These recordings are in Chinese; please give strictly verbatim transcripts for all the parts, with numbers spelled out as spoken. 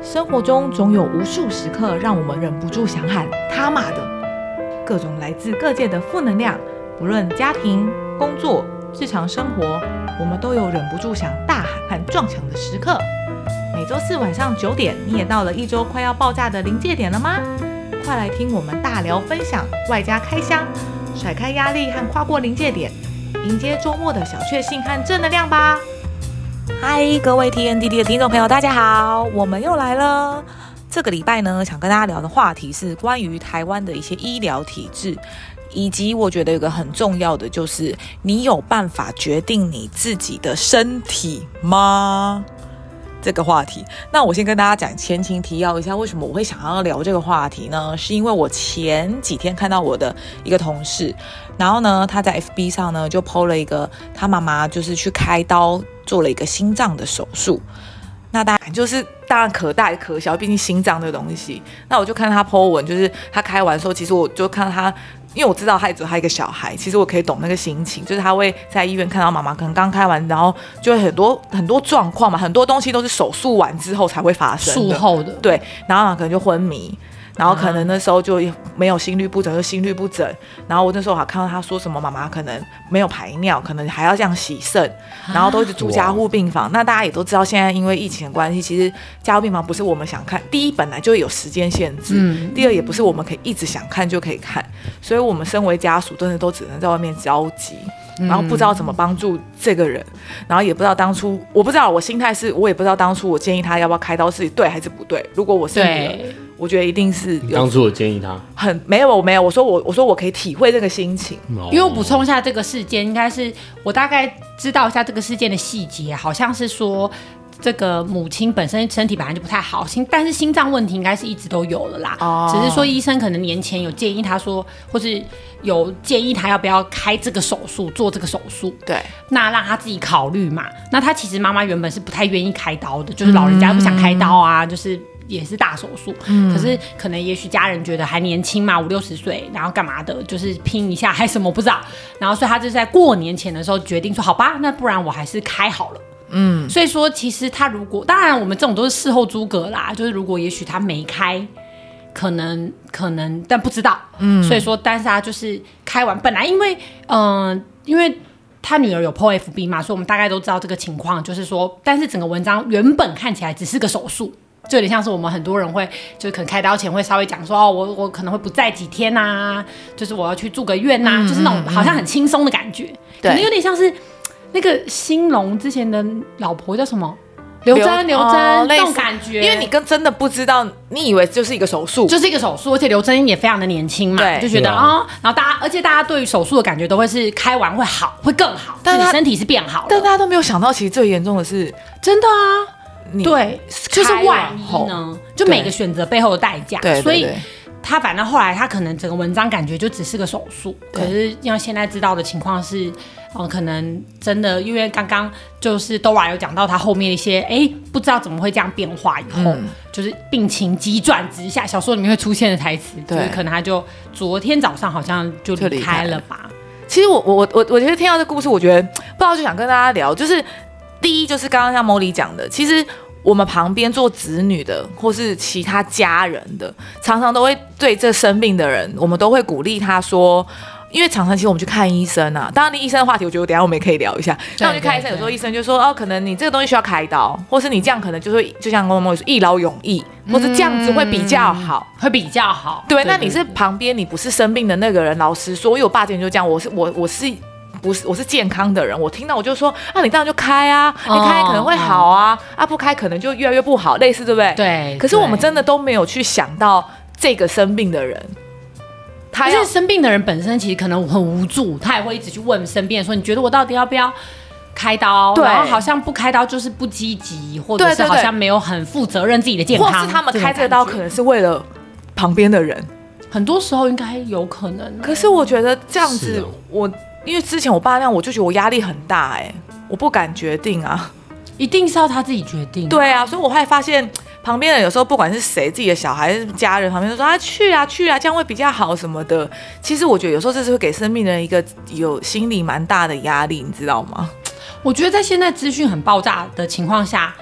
生活中总有无数时刻让我们忍不住想喊他妈的，各种来自各界的负能量，不论家庭、工作、日常生活，我们都有忍不住想大喊和撞墙的时刻。每周四晚上九点，你也到了一周快要爆炸的临界点了吗？快来听我们大聊分享，外加开箱，甩开压力和跨过临界点，迎接周末的小确幸和正能量吧！嗨，各位 T N D D 的听众朋友，大家好，我们又来了。这个礼拜呢，想跟大家聊的话题是关于台湾的一些医疗体制，以及我觉得有个很重要的就是，你有办法决定你自己的身体吗？这个话题，那我先跟大家讲前情提要一下，为什么我会想要聊这个话题呢？是因为我前几天看到我的一个同事，然后呢，他在 F B 上呢就 po 了一个他妈妈就是去开刀做了一个心脏的手术，那当然就是当然可大可小，毕竟心脏这个东西。那我就看他 po 文，就是他开完的时候，其实我就看到他。因为我知道他只有他一个小孩，其实我可以懂那个心情，就是他会在医院看到妈妈可能刚开完，然后就会很多很多状况嘛，很多东西都是手术完之后才会发生的， 术后的， 对，然后可能就昏迷，然后可能那时候就没有心律不整，就心律不整，然后我那时候还看到他说什么妈妈可能没有排尿，可能还要这样洗肾，然后都一直住加护病房。那大家也都知道，现在因为疫情的关系，其实加护病房不是我们想看，第一本来就有时间限制，嗯、第二也不是我们可以一直想看就可以看，所以我们身为家属真的都只能在外面着急。然后不知道怎么帮助这个人，然后也不知道当初，我不知道我心态是，我也不知道当初我建议他要不要开刀是对还是不对。如果我是女儿，我觉得一定是有。 当初我建议他很没有，我没有，我说我我说我可以体会这个心情。 因为我补充一下这个事件，应该是我大概知道一下这个事件的细节，好像是说。这个母亲本身身体本来就不太好，心但是心脏问题应该是一直都有了啦，哦、只是说医生可能年前有建议他说，或是有建议他要不要开这个手术，做这个手术， 对， 那让他自己考虑嘛。那他其实妈妈原本是不太愿意开刀的，就是老人家不想开刀啊，嗯、就是也是大手术，嗯、可是可能也许家人觉得还年轻嘛，五六十岁，然后干嘛的，就是拼一下还什么不知道，然后所以他就在过年前的时候决定说，好吧，那不然我还是开好了。嗯，所以说其实他如果，当然我们这种都是事后诸葛啦，就是如果也许他没开，可能可能，但不知道，嗯，所以说，但是他就是开完，本来因为，嗯、呃，因为他女儿有 po F B 嘛，所以我们大概都知道这个情况，就是说，但是整个文章原本看起来只是个手术。就有点像是我们很多人会，就可能开刀前会稍微讲说，哦，我我可能会不在几天呐、啊，就是我要去住个院呐、啊嗯，就是那种好像很轻松的感觉，可能有点像是。那个兴隆之前的老婆叫什么？刘真，刘真、哦、那种感觉， 因为你跟真的不知道，你以为就是一个手术， 就是一个手术，而且刘真也非常的年轻嘛，就觉得啊、哦，然后大家，而且大家对于手术的感觉都会是开完会好，会更好，但是你身体是变好了， 但大家都没有想到，其实最严重的是真的啊，对，就是万一呢，就每个选择背后的代价， 对， 所以。对对对他反正后来他可能整个文章感觉就只是个手术，可是因为现在知道的情况是，嗯，可能真的因为刚刚就是 Dora 有讲到他后面一些，哎，不知道怎么会这样变化，以后、嗯、就是病情急转直下，小说里面会出现的台词，就是可能他就昨天早上好像就离开了吧。 其实我我我我觉得听到这故事，我觉得不知道就想跟大家聊，就是第一就是刚刚像 Molly 讲的，其实。我们旁边做子女的，或是其他家人的，常常都会对这生病的人，我们都会鼓励他说，因为常常其实我们去看医生啊，当然你医生的话题，我觉得等一下我们也可以聊一下。那我们去看医生，有时候医生就说，哦，可能你这个东西需要开刀，或是你这样可能就会，就像我们说一劳永逸，或是这样子会比较好， 嗯、会比较好。 对，那你是旁边，你不是生病的那个人，老实说，因为我爸之前就这样，我是我我是。不是，我是健康的人，我听到我就说，啊，你当然就开啊，你开可能会好啊，哦、啊不开可能就越来越不好，类似对不对？ 对。 可是我们真的都没有去想到这个生病的人， 他要生病的人本身其实可能很无助，他也会一直去问身边说，你觉得我到底要不要开刀？对。然后好像不开刀就是不积极，或者是好像没有很负责任自己的健康， 或是他们开这个刀可能是为了旁边的人， 很多时候应该有可能、欸。 可是我觉得这样子，我。因为之前我爸那样，我就觉得我压力很大哎、欸，我不敢决定啊， 一定是要他自己决定、啊。 对啊，所以我还发现旁边人有时候不管是谁，自己的小孩、是家人，旁边都说啊去啊去啊，这样会比较好什么的。其实我觉得有时候这是会给生命人一个有心理蛮大的压力，你知道吗？ 我觉得在现在资讯很爆炸的情况下，大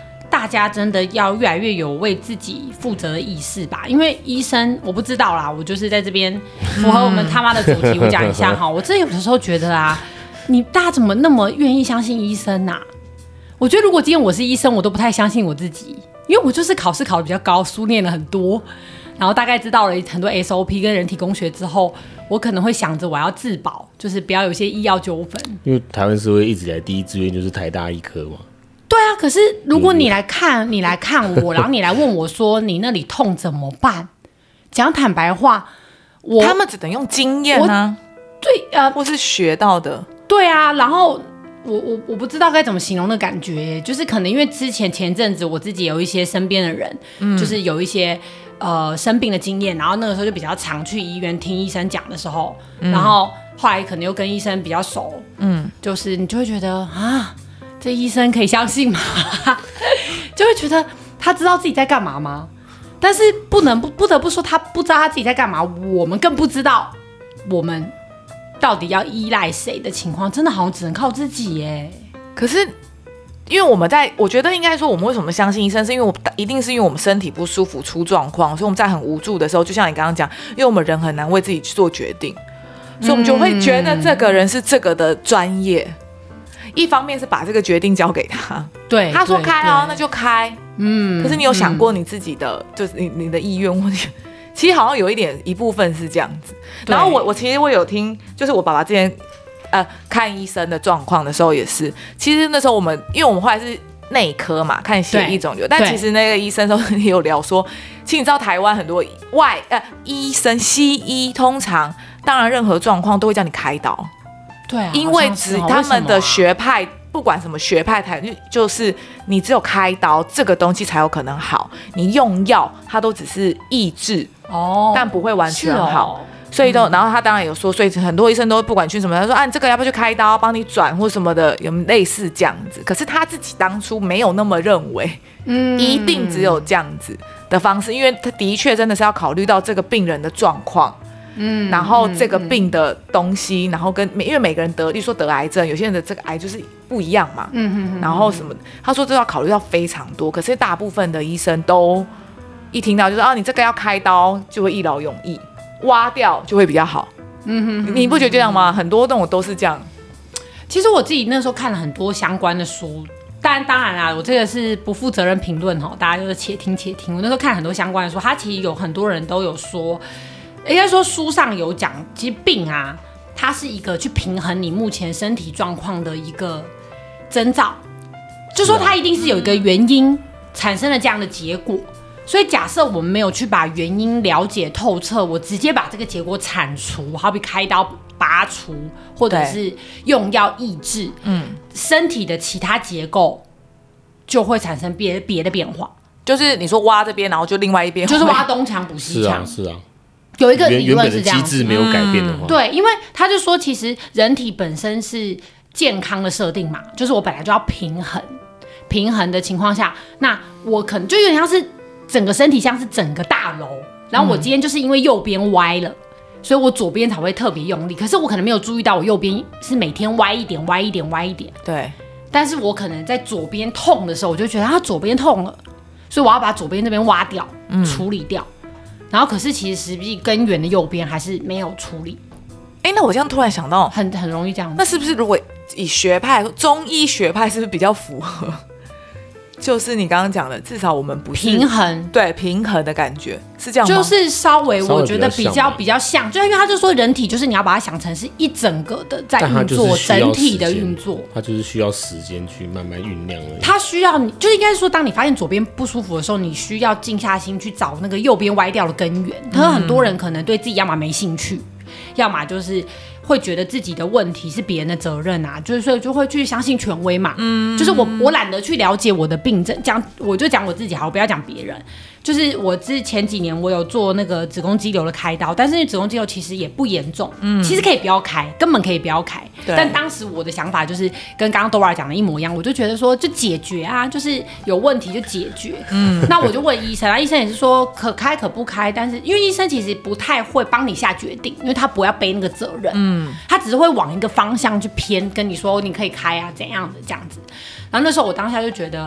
大家真的要越来越有为自己负责的意识吧。因为医生我不知道啦，我就是在这边符合我们他妈的主题，我讲一下哈。我真的有的时候觉得啊，你大家怎么那么愿意相信医生啊？我觉得如果今天我是医生，我都不太相信我自己，因为我就是考试考得比较高，书念了很多，然后大概知道了很多 S O P 跟人体工学之后，我可能会想着我要自保，就是不要有一些医药纠纷。 因为台湾社会一直以来第一志愿就是台大医科嘛。 对啊，可是如果你来看，你来看我，然后你来问我说你那里痛怎么办？讲坦白话，我他们只能用经验啊， 对呃， 或是学到的。 对啊，然后。我我我不知道该怎么形容那感觉，就是可能因为之前前阵子我自己有一些身边的人，嗯、就是有一些呃生病的经验，然后那个时候就比较常去医院听医生讲的时候，嗯、然后后来可能又跟医生比较熟，嗯，就是你就会觉得啊，这医生可以相信吗？就会觉得他知道自己在干嘛吗？但是不能不不得不说，他不知道他自己在干嘛，我们更不知道我们。到底要依赖谁的情况，真的好像只能靠自己耶。 可是，因为我们在，我觉得应该说，我们为什么相信医生，是因为我一定是因为我们身体不舒服出状况，所以我们在很无助的时候，就像你刚刚讲，因为我们人很难为自己去做决定，所以我们就会觉得这个人是这个的专业。嗯、一方面是把这个决定交给他， 对， 他说开哦，那就开。嗯，可是你有想过你自己的，嗯、就是你你的意愿或者？其实好像有一点一部分是这样子，然后我我其实我有听，就是我爸爸之前呃看医生的状况的时候也是，其实那时候我们因为我们后来是内科嘛，看血液肿瘤，但其实那个医生都也有聊说，其实你知道台湾很多外呃医生西医通常当然任何状况都会叫你开刀， 对啊， 因为只他们的学派。不管什么学派台，就是你只有开刀这个东西才有可能好，你用药它都只是抑制哦，但不会完全好。哦、所以都，然后他当然有说，所以很多医生都不管去什么，他说啊，你这个要不要去开刀，帮你转或什么的，有类似这样子。可是他自己当初没有那么认为，嗯，一定只有这样子的方式，因为他的确真的是要考虑到这个病人的状况。嗯，然后这个病的东西，嗯、然后跟因为每个人得，例如说得癌症，有些人的这个癌就是不一样嘛，嗯嗯嗯，然后什么，他说这要考虑到非常多，可是大部分的医生都一听到就是啊，你这个要开刀就会一劳永逸，挖掉就会比较好，嗯哼，你不觉得这样吗？很多那种都是这样。 其实我自己那时候看了很多相关的书。但当然啦，我这个是不负责任评论哈，大家就是且听且听。我那时候看很多相关的书，他其实有很多人都有说。应该说书上有讲，其实病啊，它是一个去平衡你目前身体状况的一个征兆，就说它一定是有一个原因产生了这样的结果。所以假设我们没有去把原因了解透彻，我直接把这个结果铲除，好比开刀拔除，或者是用药抑制，嗯，身体的其他结构就会产生别别的变化。 就是你说挖这边，然后就另外一边， 就是挖东墙补西墙， 是啊，是啊。 有一个理论是这样， 原本的机制没有改变的话， 嗯、对，因为他就说，其实人体本身是健康的设定嘛，就是我本来就要平衡，平衡的情况下，那我可能就有点像是整个身体像是整个大楼，然后我今天就是因为右边歪了，嗯、所以我左边才会特别用力，可是我可能没有注意到我右边是每天歪一点、歪一点、歪一点， 对， 但是我可能在左边痛的时候，我就觉得它左边痛了，所以我要把左边这边挖掉，嗯、处理掉。然后可是其实实际根源的右边还是没有处理。 哎，那我这样突然想到， 很很容易这样子。 那是不是如果以学派中医学派是不是比较符合？就是你刚刚讲的，至少我们不是平衡， 对平衡的感觉是这样吗？ 就是稍微我觉得比较比较像，就因为他就说人体就是你要把它想成是一整个的在运作，整体的运作， 它就是需要时间去慢慢酝酿而已。 它需要你，就是应该说，当你发现左边不舒服的时候，你需要静下心去找那个右边歪掉的根源。可是很多人可能对自己要么没兴趣，要么就是会觉得自己的问题是别人的责任啊，就是所以就会去相信权威嘛。嗯，就是我我懒得去了解我的病症，讲我就讲我自己好，我不要讲别人。就是我之前几年我有做那个子宫肌瘤的开刀，但是子宫肌瘤其实也不严重，嗯，其实可以不要开，根本可以不要开。但当时我的想法就是跟刚刚 Dora 讲的一模一样，我就觉得说就解决啊，就是有问题就解决。嗯，那我就问医生啊，医生也是说可开可不开，但是因为医生其实不太会帮你下决定，因为他不要背那个责任，嗯，他只是会往一个方向去偏，跟你说你可以开啊怎样的这样子。然后那时候我当下就觉得。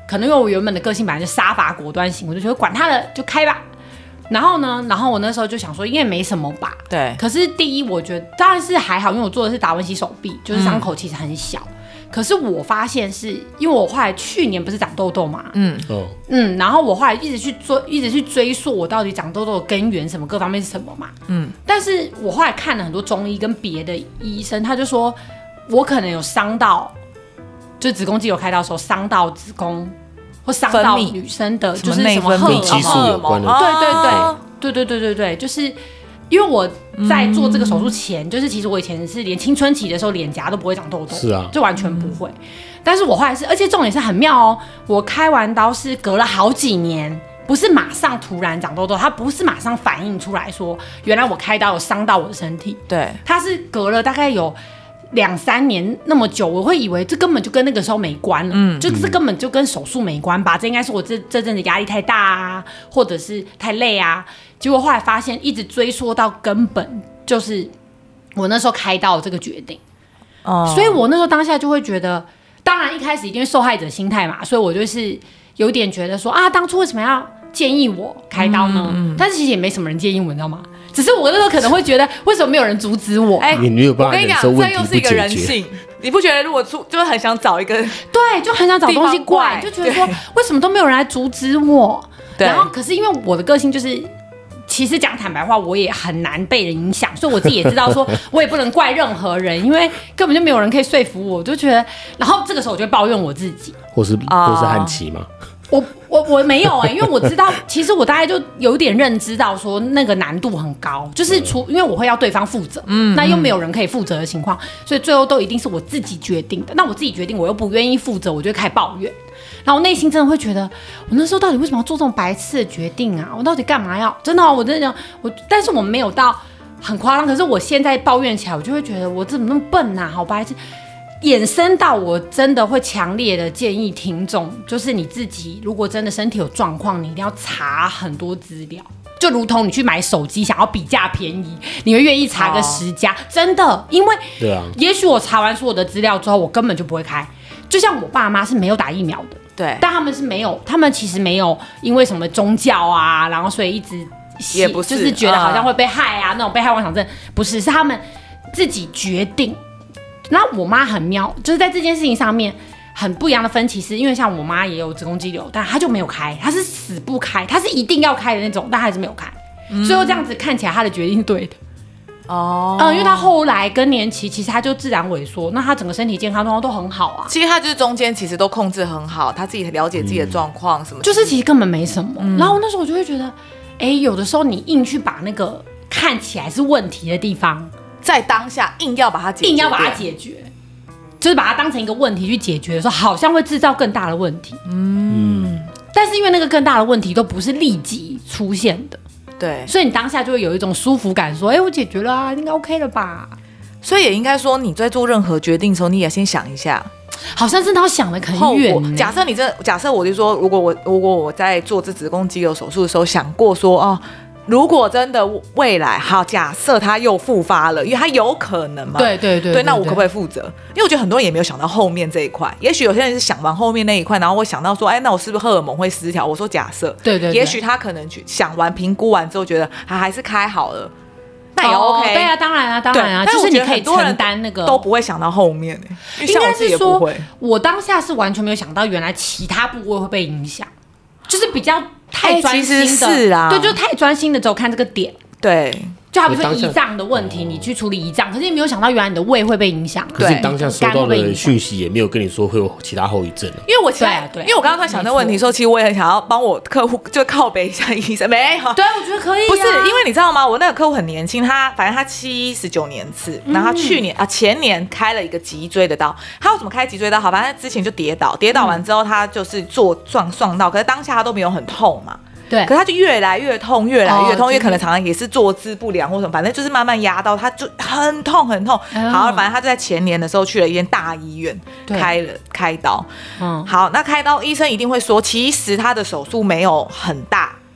可能因为我原本的个性本来就杀伐果断型，我就觉得管他的就开吧。然后呢，然后我那时候就想说，应该没什么吧。 对。 可是第一，我觉得当然是还好，因为我做的是达文西手臂，就是伤口其实很小。嗯、可是我发现是因为我后来去年不是长痘痘嘛，嗯哦嗯，然后我后来一直去做，一直去追溯我到底长痘痘的根源什么各方面是什么嘛，嗯。但是我后来看了很多中医跟别的医生，他就说我可能有伤到，就子宫肌瘤开刀的时候伤到子宫。或伤到女生的，就是什么荷尔蒙、 激素有关的， 对对对对对对对对，就是因为我在做这个手术前，嗯、就是其实我以前是连青春期的时候脸颊都不会长痘痘， 是啊， 就完全不会。嗯、但是我后来是，而且重点是很妙哦，我开完刀是隔了好几年，不是马上突然长痘痘，它不是马上反应出来说，原来我开刀有伤到我的身体， 对， 它是隔了大概有。两三年那么久，我会以为这根本就跟那个时候没关了，嗯，就这根本就跟手术没关吧？这应该是我这这阵子压力太大啊，或者是太累啊。结果后来发现，一直追溯到根本就是我那时候开刀的这个决定。哦，所以我那时候当下就会觉得，当然一开始一定是受害者心态嘛，所以我就是有点觉得说啊，当初为什么要建议我开刀呢？嗯嗯、但是其实也没什么人建议我，你知道吗？只是我那时候可能会觉得，为什么没有人阻止我？ 哎、 欸，你没有办法忍受问题不解决。 这又是一个人性，你不觉得？如果出就是很想找一个， 对，就很想找东西怪，就觉得说为什么都没有人来阻止我？然后，可是因为我的个性就是，其实讲坦白话，我也很难被人影响，所以我自己也知道说，我也不能怪任何人，因为根本就没有人可以说服我。我就觉得，然后这个时候我就会抱怨我自己， 或是或是汉琦吗？ 我我我没有哎、欸，因为我知道，其实我大概就有点认知到说那个难度很高，就是除因为我会要对方负责，嗯，那又没有人可以负责的情况，所以最后都一定是我自己决定的。那我自己决定，我又不愿意负责，我就会开始抱怨，然后我内心真的会觉得，我那时候到底为什么要做这种白痴的决定啊？我到底干嘛要？真的、哦，我真的讲我，但是我没有到很夸张，可是我现在抱怨起来，我就会觉得我怎么那么笨啊，好白痴。衍生到我真的会强烈的建议听众，就是你自己如果真的身体有状况，你一定要查很多资料，就如同你去买手机想要比价便宜，你会愿意查个十家，真的，因为对啊，也许我查完所有的资料之后，我根本就不会开。就像我爸妈是没有打疫苗的， 对， 但他们是没有，他们其实没有因为什么宗教啊，然后所以一直也不是就是觉得好像会被害啊，嗯、那种被害妄想症，不是，是他们自己决定。然后我妈很妙，就是在这件事情上面很不一样的分歧是，因为像我妈也有子宫肌瘤，但她就没有开，她是死不开，她是一定要开的那种，但她还是没有开。嗯、所以这样子看起来她的决定是对的。哦，嗯，因为她后来更年期，其实她就自然萎缩，那她整个身体健康状况都很好啊。 其实她就是中间其实都控制很好，她自己了解自己的状况什么， 就是其实根本没什么。嗯、然后那时候我就会觉得，哎，有的时候你硬去把那个看起来是问题的地方。 在当下硬要把它解决， 硬要把它解决，就是把它当成一个问题去解决的时候，好像会制造更大的问题。嗯，但是因为那个更大的问题都不是立即出现的， 对， 所以你当下就会有一种舒服感，说：“哎、欸，我解决了啊，应该 OK 了吧？” 所以也应该说，你在做任何决定的时候，你也先想一下， 好像真的要想的很远、欸。 假设你这，假设我就说，如果我如果我在做这子宫肌瘤手术的时候想过说，哦。如果真的未来好，假设他又复发了，因为他有可能嘛， 对对 对, 对, 对，那我可不可以负责？因为我觉得很多人也没有想到后面这一块，也许有些人是想完后面那一块，然后会想到说，哎，那我是不是荷尔蒙会失调？我说假设， 对 对, 对， 也许他可能去想完评估完之后，觉得他还是开好了，那也 OK，、 哦、对啊，当然啊，当然啊，就是你可以承担那个， 都不会想到后面、欸， 应该是说，我当下是完全没有想到，原来其他部位会被影响，就是比较。太专心的，欸、其实是啊，对，就太专心的，只有看这个点， 对， 就好比说胰脏的问题，你去处理胰脏，可是你没有想到原来你的胃会被影响、啊， 可是你当下收到的讯息也没有跟你说会有其他后遗症、啊， 因为我其实、啊、因为我刚刚在想这个问题的时候，其实我也很想要帮我客户就靠北一下医生，没有， 对，我觉得可以、啊， 不是因为你知道吗？我那个客户很年轻，他反正他七十九年次，然后他去年、嗯、啊前年开了一个脊椎的刀，他为什么开脊椎刀？好，反正他之前就跌倒，跌倒完之后他就是做撞撞到，可是当下他都没有很痛嘛。 对， 可是他就越来越痛，越来越痛，哦、因为可能常常也是坐姿不良或什么，反正就是慢慢压到，他就很痛很痛。嗯、好，反正他就在前年的时候去了一间大医院开了开刀。嗯，好，那开刀医生一定会说，其实他的手术没有很大，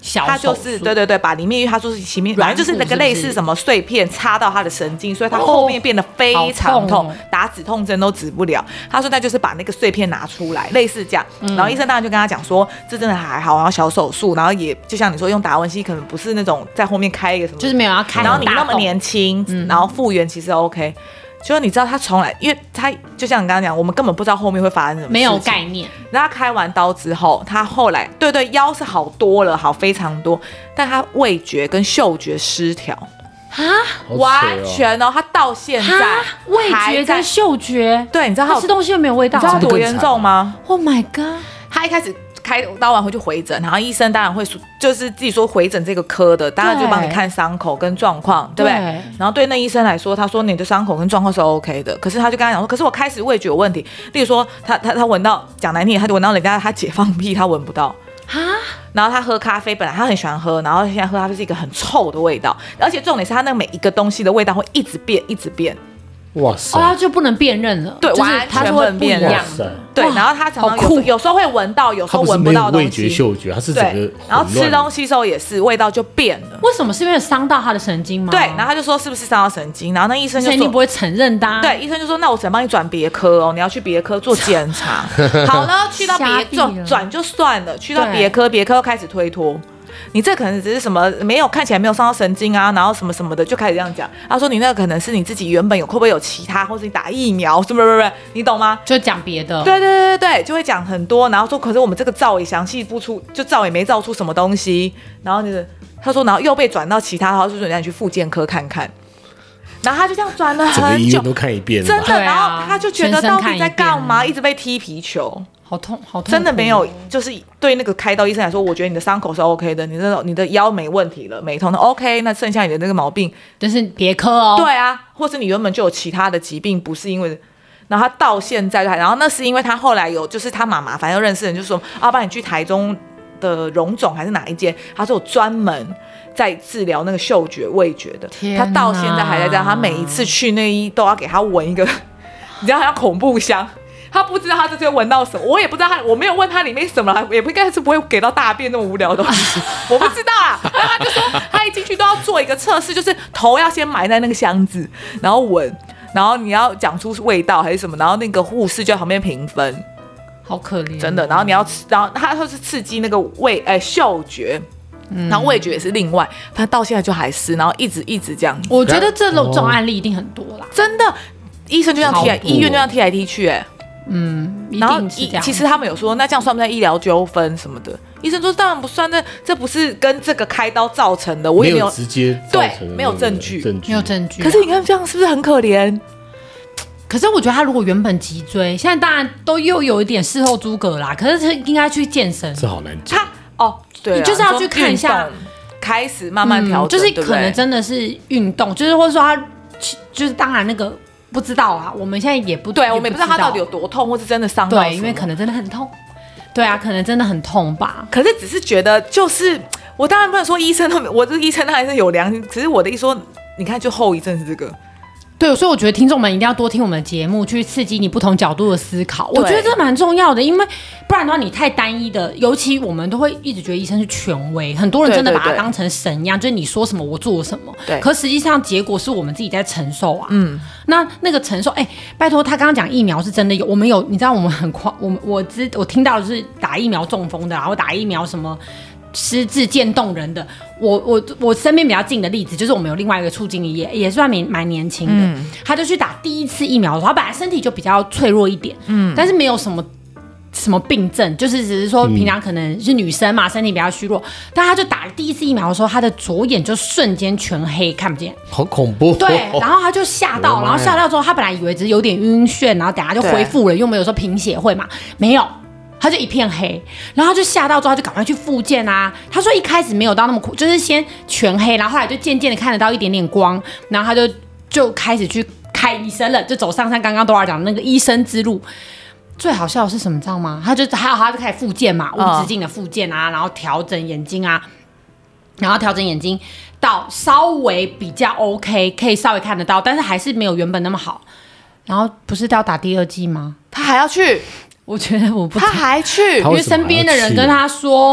小他就是对对对，把里面他说是前面反正就是那个类似什么碎片插到他的神经，所以他后面变得非常痛， 哦、 打止痛针都止不了。他说那就是把那个碎片拿出来，类似这样。嗯、然后医生当然就跟他讲说，这真的还好，然后小手术，然后也就像你说用达文西，可能不是那种在后面开一个什么， 就是没有要开， 然后你那么年轻，嗯、然后复原其实 OK。就是你知道他从来，因为他就像你刚刚讲，我们根本不知道后面会发生什么事情， 没有概念。 然后他开完刀之后，他后来对对腰是好多了，好非常多，但他味觉跟嗅觉失调啊， 完全哦，他到现在味觉跟嗅觉， 对，你知道他吃东西又没有味道， 你知道他多严重吗 ？Oh my god！ 他一开始开刀完回去回诊，然后医生当然会就是自己说回诊这个科的，当然就帮你看伤口跟状况，对不对？对。然后对那医生来说，他说你的伤口跟状况是 OK 的，可是他就跟他讲说，可是我开始味觉有问题，例如说他他他闻到讲难听，他就闻到人家他姐放屁，他闻不到啊。然后他喝咖啡，本来他很喜欢喝，然后现在喝咖啡是一个很臭的味道，而且重点是他那个每一个东西的味道会一直变，一直变。 哇塞！ 哦，他就不能辨认了， 对， 就是完全不能辨认。对，然后他常常有有时候会闻到，有时候闻不到东西。 味觉、嗅觉，他是整个。 然后吃东西时候也是，味道就变了。 为什么？是因为伤到他的神经吗？ 对，然后他就说是不是伤到神经？然后那医生就说你不会承认的、啊。 对，医生就说那我只能帮你转别科哦，你要去别科做检查。好呢，去到别转转就算了，去到别科，别科又开始推脱。你这可能只是什么没有看起来没有伤到神经啊，然后什么什么的就开始这样讲。他说你那个可能是你自己原本有，会不会有其他，或是你打疫苗什么什么，你懂吗？ 就讲别的。 对对对对，就会讲很多，然后说可是我们这个照也详细不出，就照也没照出什么东西。然后就是他说，然后又被转到其他，然后就说让你去复健科看看。然后他就这样转了很久， 整个医院都看一遍， 真的。然后他就觉得到底在干嘛？一直被踢皮球。 好痛，好痛！ 真的没有，就是对那个开刀医生来说，我觉得你的伤口是 OK 的，你的你的腰没问题了，没痛的 OK， 那剩下你的那个毛病， 但是别科哦。 对啊，或是你原本就有其他的疾病，不是因为，然后他到现在还，然后那是因为他后来有，就是他妈妈反正认识人，就说啊，帮你去台中的荣总还是哪一间，他说我专门在治疗那个嗅觉味觉的，他到现在还在这样，他每一次去那一都要给他闻一个，你知道他像恐怖箱。他不知道他这次闻到什么，我也不知道他，我没有问他里面什么了，也不应该是不会给到大便那么无聊的东西，我不知道啊。然后他就说，他一进去都要做一个测试，就是头要先埋在那个箱子，然后闻，然后你要讲出味道还是什么，然后那个护士就在旁边评分， 好可怜， 真的。然后你要吃，然后他说是刺激那个味，哎、欸，嗅觉。然后味觉也是另外，他到现在就还是，然后一直一直这样。 我觉得这种这种案例一定很多啦， 真的，医生就这样踢来，医院就这样踢来踢去、欸，哎。 嗯， 然后其实他们有说，那这样算不算医疗纠纷什么的？医生说当然不算，那这不是跟这个开刀造成的，我也没有直接对，没有证据， 没有证据。 可是你看这样是不是很可怜？ 可是我觉得他如果原本脊椎，现在当然都又有一点事后诸葛啦，可是他应该去健身， 这好难讲。 他哦，对， 你就是要去看一下， 开始慢慢调整、 嗯，就是可能真的是运动，就是或者说他就是当然那个。不知道啊，我们现在也不对，我们也不知道他到底有多痛，或是真的伤到什么。 对，因为可能真的很痛。对啊，可能真的很痛吧。 可是只是觉得，就是我当然不能说医生都，我这个医生他还是有良心。只是我的意思说，你看，就后遗症是这个。 对，所以我觉得听众们一定要多听我们的节目，去刺激你不同角度的思考。我觉得这蛮重要的，因为不然的话你太单一的，尤其我们都会一直觉得医生是权威，很多人真的把他当成神一样，就是你说什么我做什么。对，可实际上结果是我们自己在承受啊。嗯，那那个承受，哎、欸，拜托，他刚刚讲疫苗是真的有，我们有，你知道我们很夸，我我知我听到的是打疫苗中风的，然后打疫苗什么。失智渐冻人的，我我我身边比较近的例子就是我们有另外一个处经理也也算蛮蛮年轻的、嗯，他就去打第一次疫苗的时候，他本来身体就比较脆弱一点，嗯，但是没有什么什么病症，就是只是说平常可能是女生嘛，身体比较虚弱，但他就打了第一次疫苗的时候，他的左眼就瞬间全黑，看不见， 好恐怖。 对，然后他就吓到，然后吓到之后，他本来以为只是有点晕眩，然后等下就恢复了，因为我们有时候贫血会嘛，没有。他就一片黑，然后他就吓到之后，他就赶快去复健啊。他说一开始没有到那么苦，就是先全黑，然后后来就渐渐的看得到一点点光，然后他就就开始去看医生了，就走上上刚刚多少讲的那个医生之路。最好笑的是什么，知道吗？他就还有他就开始复健嘛，无止境的复健啊，然后调整眼睛啊，然后调整眼睛到稍微比较 OK， 可以稍微看得到，但是还是没有原本那么好。然后不是要打第二剂吗？ 他还要去。 我觉得我不， 他还去， 因为身边的人跟他说，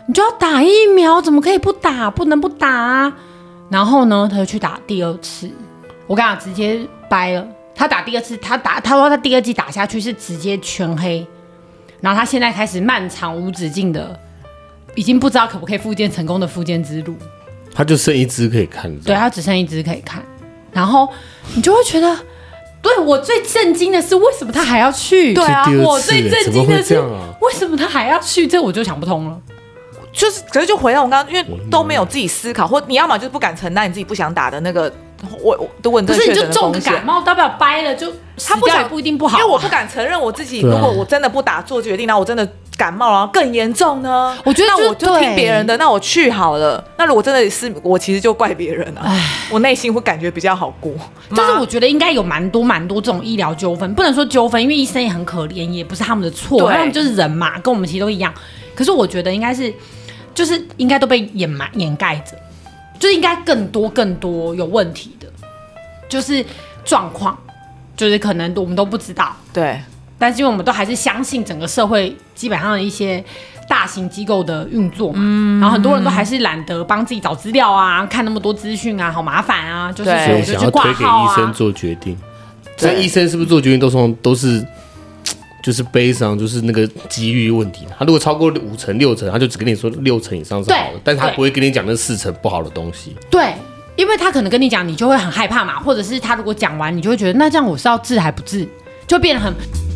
你就要打疫苗，怎么可以不打？不能不打啊！然后呢，他就去打第二次。我跟你讲，直接掰了。他打第二次，他打他说他第二剂打下去是直接全黑，然后他现在开始漫长无止境的，已经不知道可不可以复健成功的复健之路。 他就剩一支可以看， 对，他只剩一支可以看。然后你就会觉得，对我最震惊的是为什么他还要去？ 对啊， 我最震惊的是、 啊、 为什么他还要去？这我就想不通了。 就是，可是就回到我刚刚，因为都没有自己思考，或你要么就是不敢承担你自己不想打的那个，我我的稳定确诊的风险。 不是，你就中个感冒，大不了掰了就他不想不一定不好、啊， 因为我不敢承认我自己，如果我真的不打做决定，那我真的感冒然后更严重呢？ 我觉得那我就听别人的，那我去好了。那如果真的是我，其实就怪别人啊，我内心会感觉比较好过。 就是我觉得应该有蛮多蛮多这种医疗纠纷，不能说纠纷，因为医生也很可怜，也不是他们的错，他们就是人嘛，跟我们其实都一样。可是我觉得应该是。就是应该都被掩埋掩盖着，就是应该更多更多有问题的，就是状况，就是可能我们都不知道。 对， 但是因为我们都还是相信整个社会基本上的一些大型机构的运作嘛，嗯、然后很多人都还是懒得帮自己找资料啊，看那么多资讯啊，好麻烦啊，就是所以想要推给医生做决定。那医生是不是做决定都是都是？就是悲伤，就是那个几率问题。他如果超过五成、六成，他就只跟你说六成以上是好的，但他不会跟你讲那四成不好的东西。 对，因为他可能跟你讲，你就会很害怕嘛，或者是他如果讲完，你就会觉得那这样我是要治还不治，就变得很。